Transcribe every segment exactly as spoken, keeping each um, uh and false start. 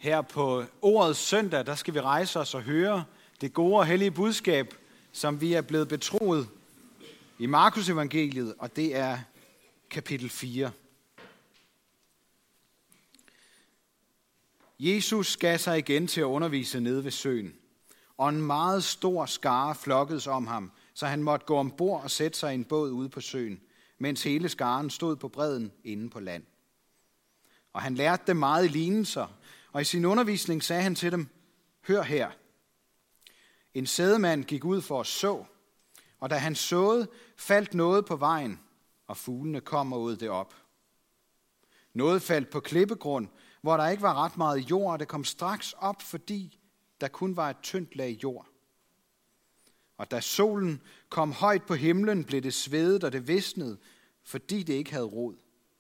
Her på Ordets Søndag, der skal vi rejse os og høre det gode og hellige budskab, som vi er blevet betroet i Markus evangeliet, og det er kapitel fire. Jesus gav sig igen til at undervise nede ved søen, og en meget stor skare flokkedes om ham, så han måtte gå ombord og sætte sig i en båd ude på søen, mens hele skaren stod på bredden inde på land. Og han lærte dem meget i lignelser, og i sin undervisning sagde han til dem, hør her. En sædemand gik ud for at så, og da han såede, faldt noget på vejen, og fuglene kom og åd det op. Noget faldt på klippegrund, hvor der ikke var ret meget jord, og det kom straks op, fordi der kun var et tyndt lag jord. Og da solen kom højt på himlen, blev det svedet, og det visnede, fordi det ikke havde rod.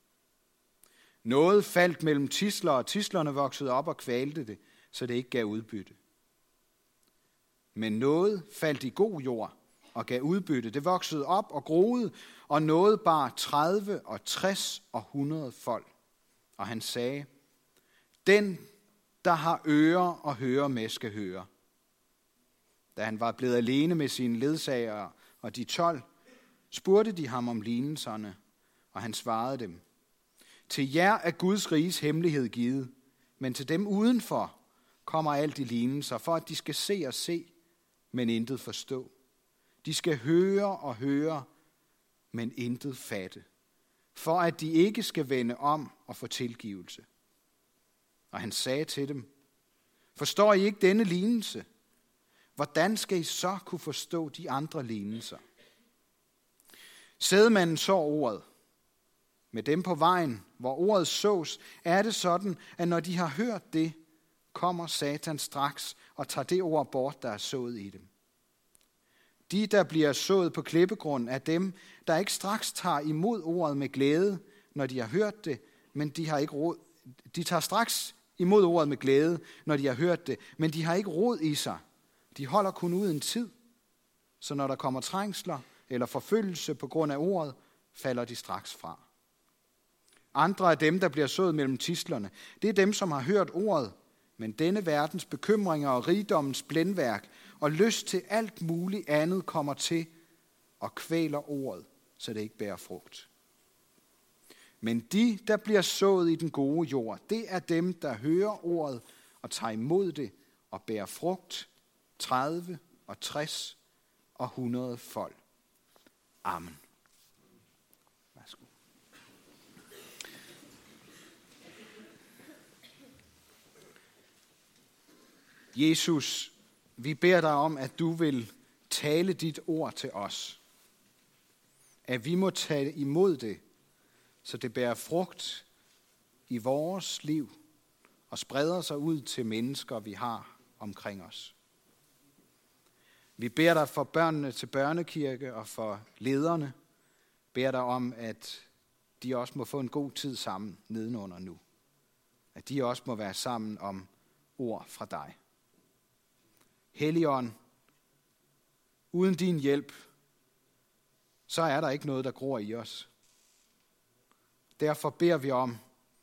Noget faldt mellem tisler, og tislerne voksede op og kvalte det, så det ikke gav udbytte. Men noget faldt i god jord og gav udbytte. Det voksede op og groede, og noget bar tredive og tres og hundrede fold. Og han sagde, den, der har ører og hører med, skal høre. Da han var blevet alene med sine ledsagere og de tolv, spurgte de ham om lignelserne, og han svarede dem, til jer er Guds riges hemmelighed givet, men til dem udenfor kommer alt i lignelser, for at de skal se og se, men intet forstå. De skal høre og høre, men intet fatte, for at de ikke skal vende om og få tilgivelse. Og han sagde til dem, forstår I ikke denne lignelse? Hvordan skal I så kunne forstå de andre lignelser? Sædmanden så ordet. Med dem på vejen, hvor ordet sås, er det sådan, at når de har hørt det, kommer Satan straks og tager det ord bort, der er sået i dem. De, der bliver sået på klippegrund, er dem, der ikke straks tager imod ordet med glæde, når de har hørt det, men de har ikke råd. De tager straks imod ordet med glæde, når de har hørt det, men de har ikke rod i sig. De holder kun ud en tid, så når der kommer trængsler eller forfølgelse på grund af ordet, falder de straks fra. Andre af dem, der bliver sået mellem tislerne, det er dem, som har hørt ordet, men denne verdens bekymringer og rigdommens blændværk og lyst til alt muligt andet kommer til og kvæler ordet, så det ikke bærer frugt. Men de, der bliver sået i den gode jord, det er dem, der hører ordet og tager imod det og bærer frugt, tredive og tres og hundrede fold. Amen. Værsgo. Jesus, vi beder dig om, at du vil tale dit ord til os. At vi må tage imod det, så det bærer frugt i vores liv og spreder sig ud til mennesker, vi har omkring os. Vi beder dig for børnene til børnekirke og for lederne. Beder dig om, at de også må få en god tid sammen nedenunder nu. At de også må være sammen om ord fra dig. Helligånd, uden din hjælp, så er der ikke noget, der gror i os. Derfor beder vi om,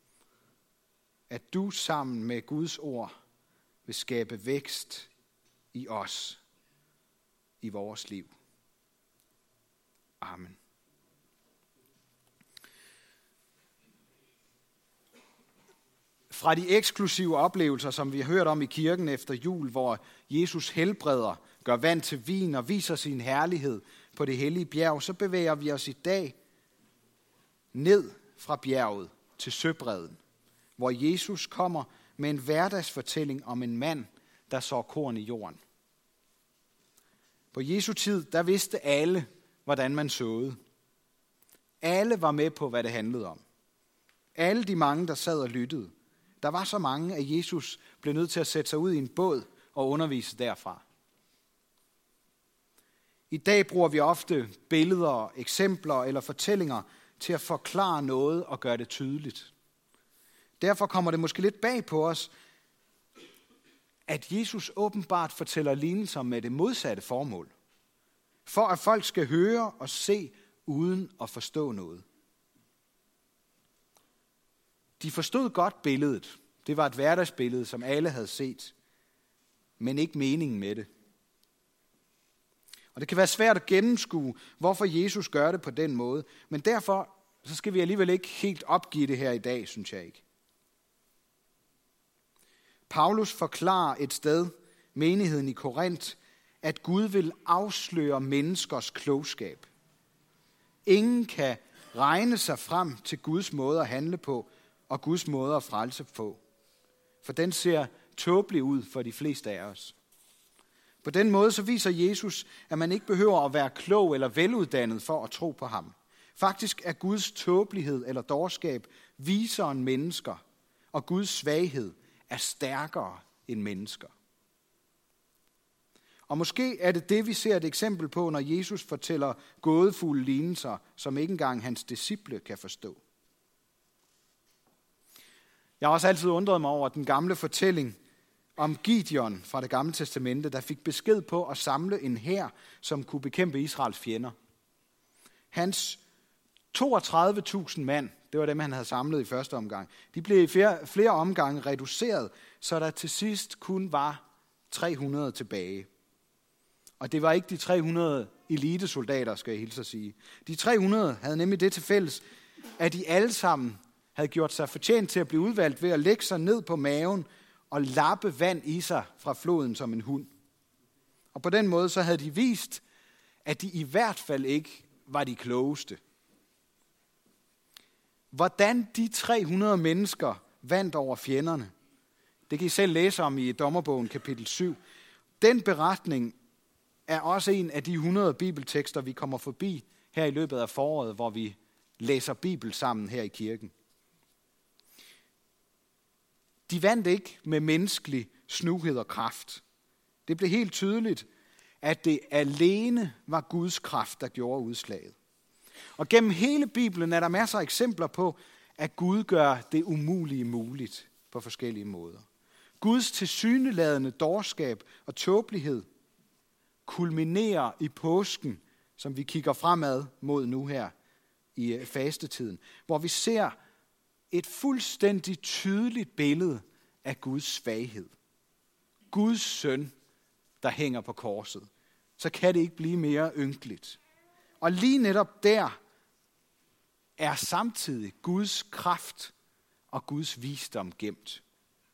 at du sammen med Guds ord vil skabe vækst i os, i vores liv. Amen. Fra de eksklusive oplevelser, som vi har hørt om i kirken efter jul, hvor Jesus helbreder, gør vand til vin og viser sin herlighed på det hellige bjerg, så bevæger vi os i dag ned fra bjerget til søbredden, hvor Jesus kommer med en hverdagsfortælling om en mand, der sår korn i jorden. På Jesu tid, der vidste alle, hvordan man såede. Alle var med på, hvad det handlede om. Alle de mange, der sad og lyttede. Der var så mange, at Jesus blev nødt til at sætte sig ud i en båd og undervise derfra. I dag bruger vi ofte billeder, eksempler eller fortællinger til at forklare noget og gøre det tydeligt. Derfor kommer det måske lidt bag på os, at Jesus åbenbart fortæller lignelser med det modsatte formål. For at folk skal høre og se uden at forstå noget. De forstod godt billedet. Det var et hverdagsbillede, som alle havde set, men ikke meningen med det. Og det kan være svært at gennemskue, hvorfor Jesus gør det på den måde, men derfor så skal vi alligevel ikke helt opgive det her i dag, synes jeg ikke. Paulus forklarer et sted menigheden i Korint, at Gud vil afsløre menneskers klogskab. Ingen kan regne sig frem til Guds måde at handle på, og Guds måde at frelse på. For den ser tåbelig ud for de fleste af os. På den måde så viser Jesus, at man ikke behøver at være klog eller veluddannet for at tro på ham. Faktisk er Guds tåbelighed eller dårskab visere end mennesker, og Guds svaghed er stærkere end mennesker. Og måske er det det, vi ser et eksempel på, når Jesus fortæller gådefulde lignelser, som ikke engang hans disciple kan forstå. Jeg har også altid undret mig over den gamle fortælling om Gideon fra det gamle testamente, der fik besked på at samle en hær, som kunne bekæmpe Israels fjender. Hans toogtredive tusind mand, det var dem, han havde samlet i første omgang, de blev i flere, flere omgange reduceret, så der til sidst kun var tre hundrede tilbage. Og det var ikke de tre hundrede elitesoldater, skal jeg hilse at sige. De tre hundrede havde nemlig det til fælles, at de alle sammen havde gjort sig fortjent til at blive udvalgt ved at lægge sig ned på maven og lappe vand i sig fra floden som en hund. Og på den måde så havde de vist, at de i hvert fald ikke var de klogeste. Hvordan de tre hundrede mennesker vandt over fjenderne, det kan I selv læse om i Dommerbogen kapitel syv. Den beretning er også en af de hundrede bibeltekster, vi kommer forbi her i løbet af foråret, hvor vi læser Bibel sammen her i kirken. De vandt ikke med menneskelig snuhed og kraft. Det blev helt tydeligt, at det alene var Guds kraft, der gjorde udslaget. Og gennem hele Bibelen er der masser af eksempler på, at Gud gør det umulige muligt på forskellige måder. Guds tilsyneladende dårskab og tåbelighed kulminerer i påsken, som vi kigger fremad mod nu her i fastetiden, hvor vi ser et fuldstændig tydeligt billede af Guds svaghed. Guds søn, der hænger på korset. Så kan det ikke blive mere ynkeligt. Og lige netop der er samtidig Guds kraft og Guds visdom gemt.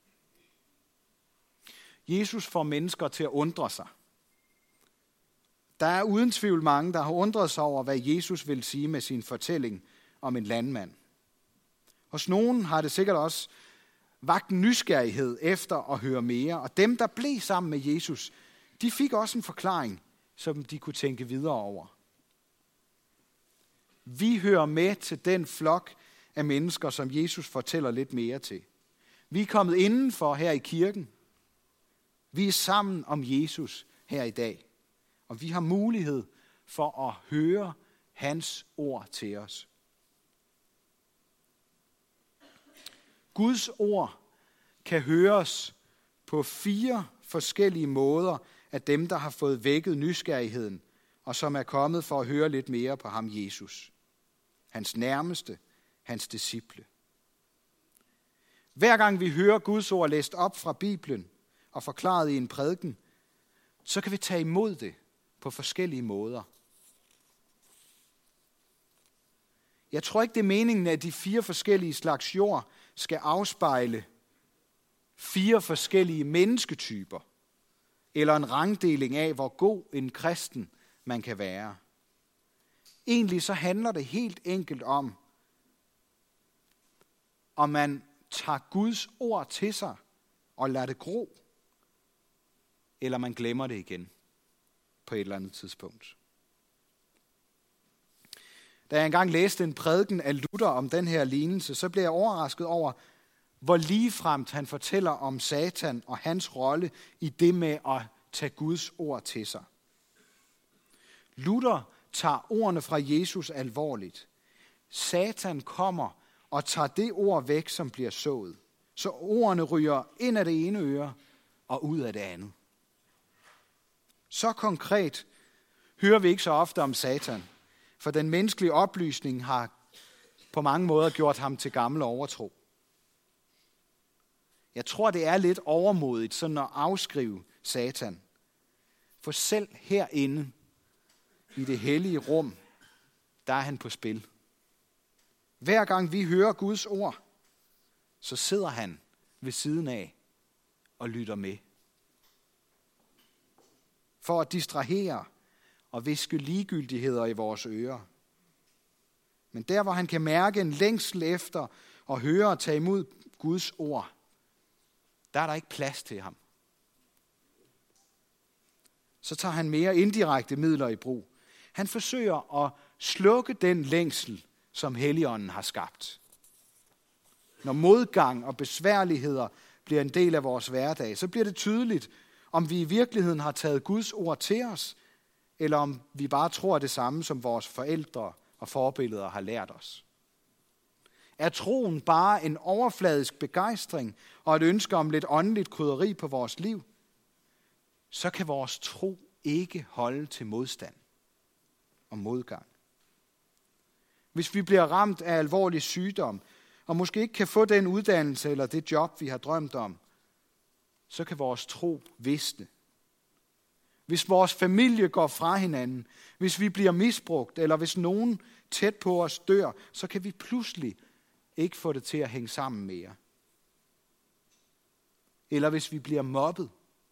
Jesus får mennesker til at undre sig. Der er uden tvivl mange, der har undret sig over, hvad Jesus vil sige med sin fortælling om en landmand. Hos nogen har det sikkert også vakt nysgerrighed efter at høre mere, og dem, der blev sammen med Jesus, de fik også en forklaring, som de kunne tænke videre over. Vi hører med til den flok af mennesker, som Jesus fortæller lidt mere til. Vi er kommet indenfor her i kirken. Vi er sammen om Jesus her i dag, og vi har mulighed for at høre hans ord til os. Guds ord kan høres på fire forskellige måder af dem, der har fået vækket nysgerrigheden, og som er kommet for at høre lidt mere på ham Jesus. Hans nærmeste, hans disciple. Hver gang vi hører Guds ord læst op fra Bibelen og forklaret i en prædiken, så kan vi tage imod det på forskellige måder. Jeg tror ikke, det er meningen, at de fire forskellige slags jord skal afspejle fire forskellige mennesketyper, eller en rangdeling af, hvor god en kristen man kan være. Egentlig så handler det helt enkelt om, om man tager Guds ord til sig og lader det gro, eller man glemmer det igen på et eller andet tidspunkt. Da jeg engang læste en prædiken af Luther om den her lignelse, så blev jeg overrasket over, hvor ligefremt han fortæller om Satan og hans rolle i det med at tage Guds ord til sig. Luther tager ordene fra Jesus alvorligt. Satan kommer og tager det ord væk, som bliver sået. Så ordene ryger ind af det ene øre og ud af det andet. Så konkret hører vi ikke så ofte om Satan, for den menneskelige oplysning har på mange måder gjort ham til gammel overtro. Jeg tror, det er lidt overmodigt sådan at afskrive Satan. For selv herinde i det hellige rum, der er han på spil. Hver gang vi hører Guds ord, så sidder han ved siden af og lytter med. For at distrahere og viske ligegyldigheder i vores ører. Men der, hvor han kan mærke en længsel efter at høre og tage imod Guds ord, der er der ikke plads til ham. Så tager han mere indirekte midler i brug. Han forsøger at slukke den længsel, som Helligånden har skabt. Når modgang og besværligheder bliver en del af vores hverdag, så bliver det tydeligt, om vi i virkeligheden har taget Guds ord til os, eller om vi bare tror det samme, som vores forældre og forbilleder har lært os. Er troen bare en overfladisk begejstring og et ønske om lidt åndeligt krydderi på vores liv, så kan vores tro ikke holde til modstand og modgang. Hvis vi bliver ramt af alvorlig sygdom, og måske ikke kan få den uddannelse eller det job, vi har drømt om, så kan vores tro visne. Hvis vores familie går fra hinanden, hvis vi bliver misbrugt, eller hvis nogen tæt på os dør, så kan vi pludselig ikke få det til at hænge sammen mere. Eller hvis vi bliver mobbet,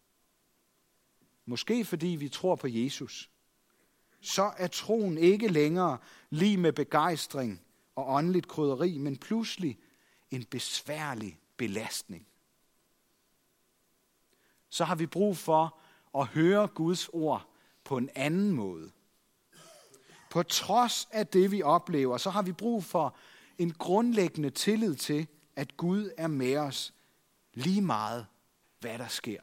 måske fordi vi tror på Jesus, så er troen ikke længere lig med begejstring og åndeligt krydderi, men pludselig en besværlig belastning. Så har vi brug for at høre Guds ord på en anden måde. På trods af det, vi oplever, så har vi brug for en grundlæggende tillid til, at Gud er med os lige meget, hvad der sker.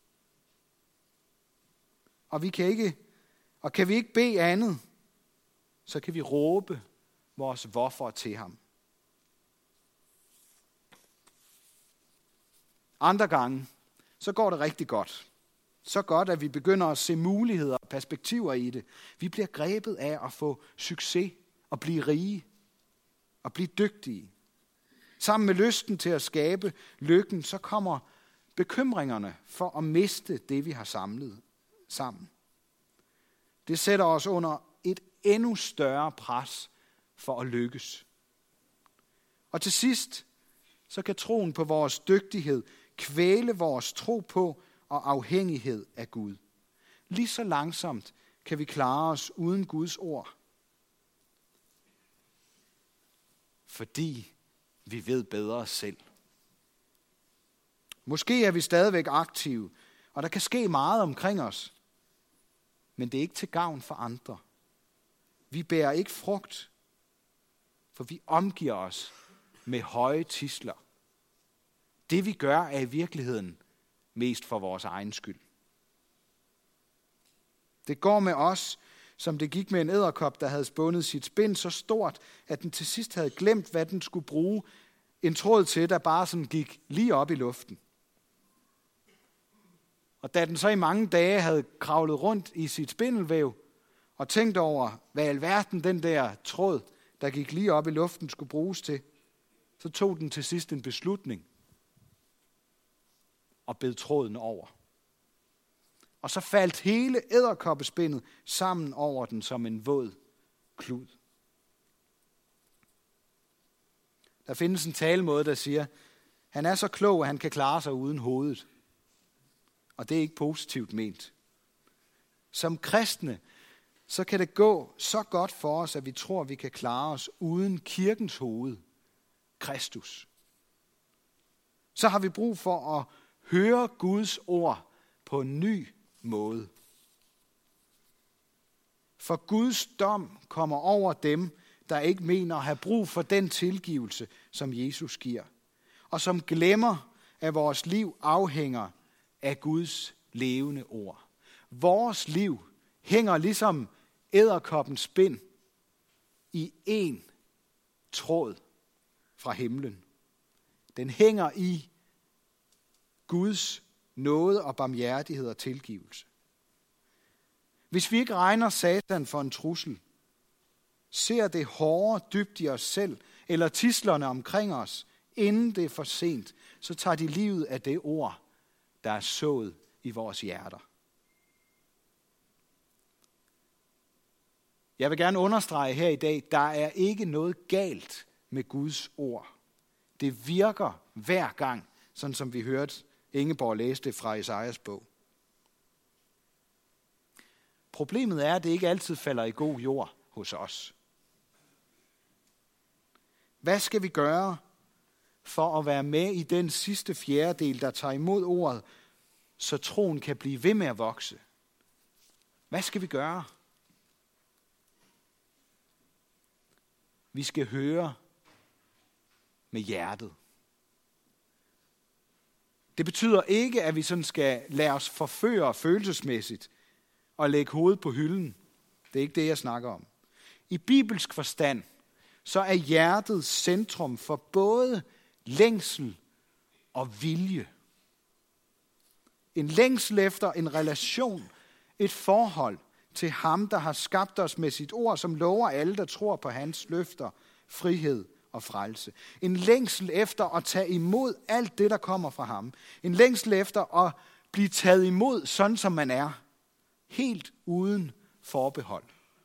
Og vi kan ikke, og kan vi ikke bede andet, så kan vi råbe vores hvorfor til ham. Andre gange, så går det rigtig godt. Så godt, at vi begynder at se muligheder og perspektiver i det. Vi bliver grebet af at få succes og blive rige og blive dygtige. Sammen med lysten til at skabe lykken, så kommer bekymringerne for at miste det, vi har samlet sammen. Det sætter os under et endnu større pres for at lykkes. Og til sidst, så kan troen på vores dygtighed kvæle vores tro på og afhængighed af Gud. Lige så langsomt kan vi klare os uden Guds ord. Fordi vi ved bedre selv. Måske er vi stadigvæk aktive, og der kan ske meget omkring os. Men det er ikke til gavn for andre. Vi bærer ikke frugt, for vi omgiver os med høje tidsler. Det vi gør er i virkeligheden mest for vores egen skyld. Det går med os, som det gik med en edderkop, der havde spundet sit spind så stort, at den til sidst havde glemt, hvad den skulle bruge en tråd til, der bare sådan gik lige op i luften. Og da den så i mange dage havde kravlet rundt i sit spindelvæv og tænkt over, hvad i alverden den der tråd, der gik lige op i luften, skulle bruges til, så tog den til sidst en beslutning og bed tråden over. Og så faldt hele edderkoppespindet sammen over den som en våd klud. Der findes en talemåde, der siger, han er så klog, at han kan klare sig uden hovedet. Og det er ikke positivt ment. Som kristne, så kan det gå så godt for os, at vi tror, at vi kan klare os uden kirkens hoved, Kristus. Så har vi brug for at høre Guds ord på en ny måde. For Guds dom kommer over dem, der ikke mener at have brug for den tilgivelse, som Jesus giver, og som glemmer, at vores liv afhænger af Guds levende ord. Vores liv hænger ligesom edderkoppens spind i én tråd fra himlen. Den hænger i Guds nåde og barmhjertighed og tilgivelse. Hvis vi ikke regner Satan for en trussel, ser det hårde dybt i os selv, eller tidslerne omkring os, inden det er for sent, så tager de livet af det ord, der er sået i vores hjerter. Jeg vil gerne understrege her i dag, der er ikke noget galt med Guds ord. Det virker hver gang, sådan som vi hørte Ingeborg læste fra Esajas bog. Problemet er, at det ikke altid falder i god jord hos os. Hvad skal vi gøre for at være med i den sidste fjerdedel, der tager imod ordet, så troen kan blive ved med at vokse? Hvad skal vi gøre? Vi skal høre med hjertet. Det betyder ikke, at vi sådan skal lade os forføre følelsesmæssigt og lægge hovedet på hylden. Det er ikke det, jeg snakker om. I bibelsk forstand, så er hjertet centrum for både længsel og vilje. En længsel efter en relation, et forhold til ham, der har skabt os med sit ord, som lover alle, der tror på hans løfter, frihed og frelse. En længsel efter at tage imod alt det, der kommer fra ham. En længsel efter at blive taget imod, sådan som man er. Helt uden forbehold.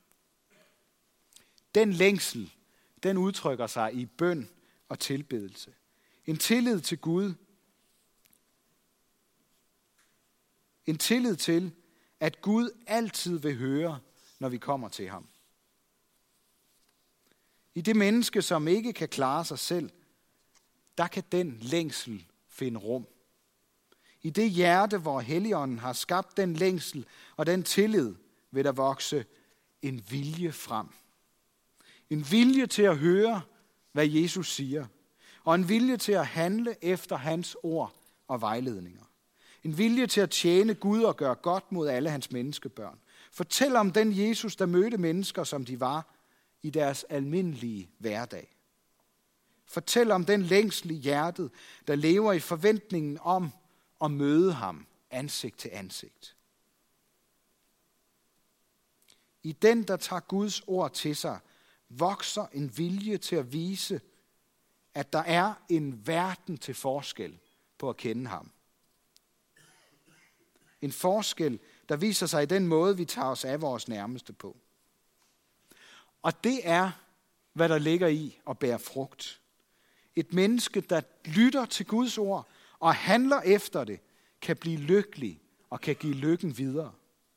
Den længsel, den udtrykker sig i bøn og tilbedelse. En tillid til Gud. En tillid til, at Gud altid vil høre, når vi kommer til ham. I det menneske, som ikke kan klare sig selv, der kan den længsel finde rum. I det hjerte, hvor Helligånden har skabt den længsel og den tillid, vil der vokse en vilje frem. En vilje til at høre, hvad Jesus siger, og en vilje til at handle efter hans ord og vejledninger. En vilje til at tjene Gud og gøre godt mod alle hans menneskebørn. Fortæl om den Jesus, der mødte mennesker, som de var i deres almindelige hverdag. Fortæl om den længsel i hjertet, der lever i forventningen om at møde ham ansigt til ansigt. I den, der tager Guds ord til sig, vokser en vilje til at vise, at der er en verden til forskel på at kende ham. En forskel, der viser sig i den måde, vi tager os af vores nærmeste på. Og det er, hvad der ligger i at bære frugt. Et menneske, der lytter til Guds ord og handler efter det, kan blive lykkelig og kan give lykken videre.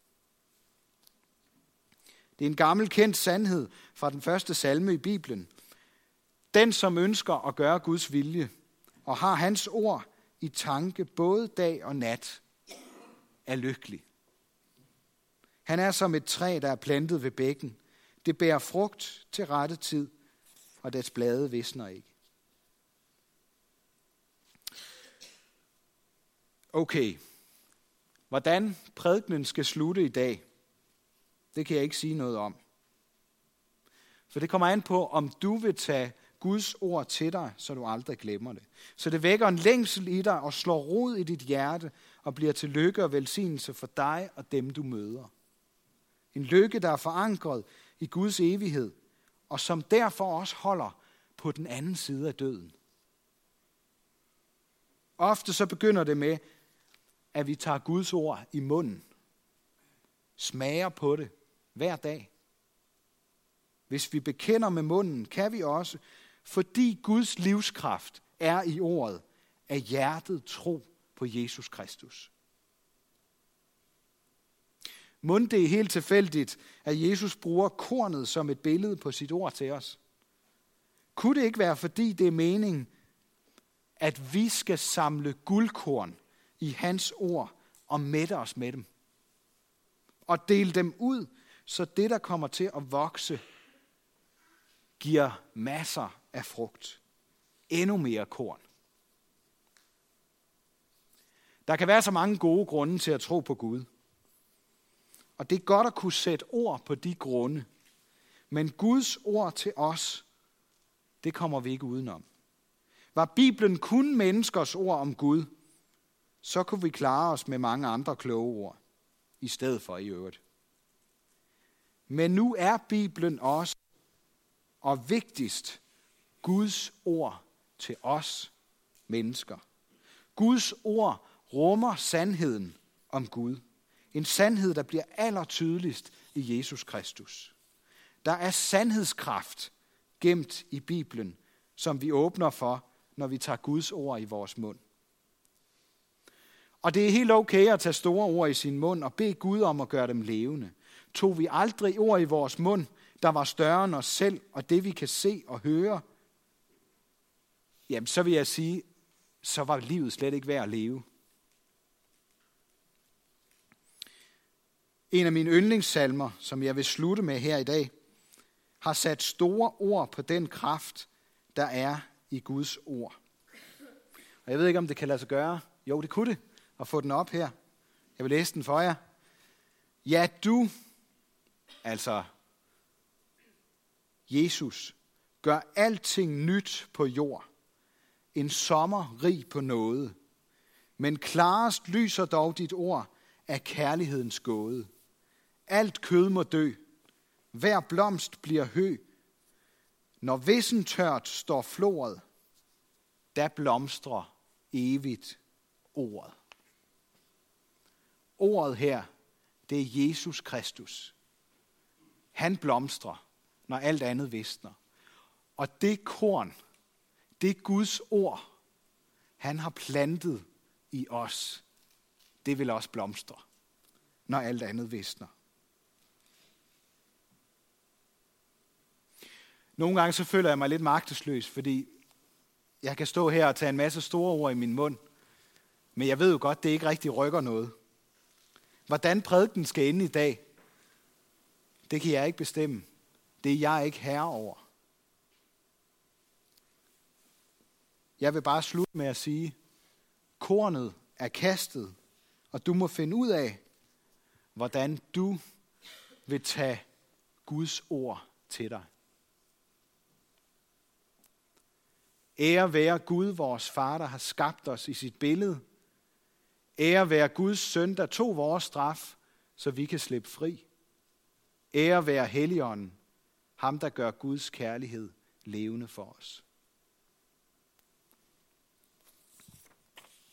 Det er en gammel kendt sandhed fra den første salme i Bibelen. Den, som ønsker at gøre Guds vilje og har hans ord i tanke både dag og nat, er lykkelig. Han er som et træ, der er plantet ved bækken. Det bærer frugt til rette tid, og dets blade visner ikke. Okay, hvordan prædikenen skal slutte i dag, det kan jeg ikke sige noget om. For det kommer an på, om du vil tage Guds ord til dig, så du aldrig glemmer det. Så det vækker en længsel i dig og slår rod i dit hjerte og bliver til lykke og velsignelse for dig og dem, du møder. En lykke, der er forankret i Guds evighed, og som derfor også holder på den anden side af døden. Ofte så begynder det med, at vi tager Guds ord i munden. Smager på det hver dag. Hvis vi bekender med munden, kan vi også, fordi Guds livskraft er i ordet, af hjertet tro på Jesus Kristus. Mon det er helt tilfældigt, at Jesus bruger kornet som et billede på sit ord til os? Kunne det ikke være, fordi det er meningen, at vi skal samle guldkorn i hans ord og mætte os med dem? Og dele dem ud, så det, der kommer til at vokse, giver masser af frugt. Endnu mere korn. Der kan være så mange gode grunde til at tro på Gud. Og det er godt at kunne sætte ord på de grunde. Men Guds ord til os, det kommer vi ikke udenom. Var Bibelen kun menneskers ord om Gud, så kunne vi klare os med mange andre kloge ord, i stedet for i øvrigt. Men nu er Bibelen også, og vigtigst, Guds ord til os mennesker. Guds ord rummer sandheden om Gud. En sandhed, der bliver allertydeligst i Jesus Kristus. Der er sandhedskraft gemt i Bibelen, som vi åbner for, når vi tager Guds ord i vores mund. Og det er helt okay at tage store ord i sin mund og bede Gud om at gøre dem levende. Tog vi aldrig ord i vores mund, der var større end os selv og det vi kan se og høre, jamen så vil jeg sige, så var livet slet ikke værd at leve. En af mine yndlingssalmer, som jeg vil slutte med her i dag, har sat store ord på den kraft, der er i Guds ord. Og jeg ved ikke, om det kan lade sig gøre. Jo, det kunne det. At få den op her. Jeg vil læse den for jer. Ja, du, altså Jesus, gør alting nyt på jord. En sommer rig på nåde. Men klarest lyser dog dit ord af kærlighedens gåde. Alt kød må dø. Hver blomst bliver hø. Når vissen tørt står floret, der blomstrer evigt ordet. Ordet her, det er Jesus Kristus. Han blomstrer, når alt andet visner. Og det korn, det Guds ord, han har plantet i os, det vil også blomstre, når alt andet visner. Nogle gange så føler jeg mig lidt magtesløs, fordi jeg kan stå her og tage en masse store ord i min mund, men jeg ved jo godt, det ikke rigtig rykker noget. Hvordan prædiken skal ende i dag, det kan jeg ikke bestemme. Det er jeg ikke herre over. Jeg vil bare slutte med at sige, kornet er kastet, og du må finde ud af, hvordan du vil tage Guds ord til dig. Ære være Gud, vores far, der har skabt os i sit billede. Ære være Guds søn, der tog vores straf, så vi kan slippe fri. Ære være Helligånden, ham der gør Guds kærlighed levende for os.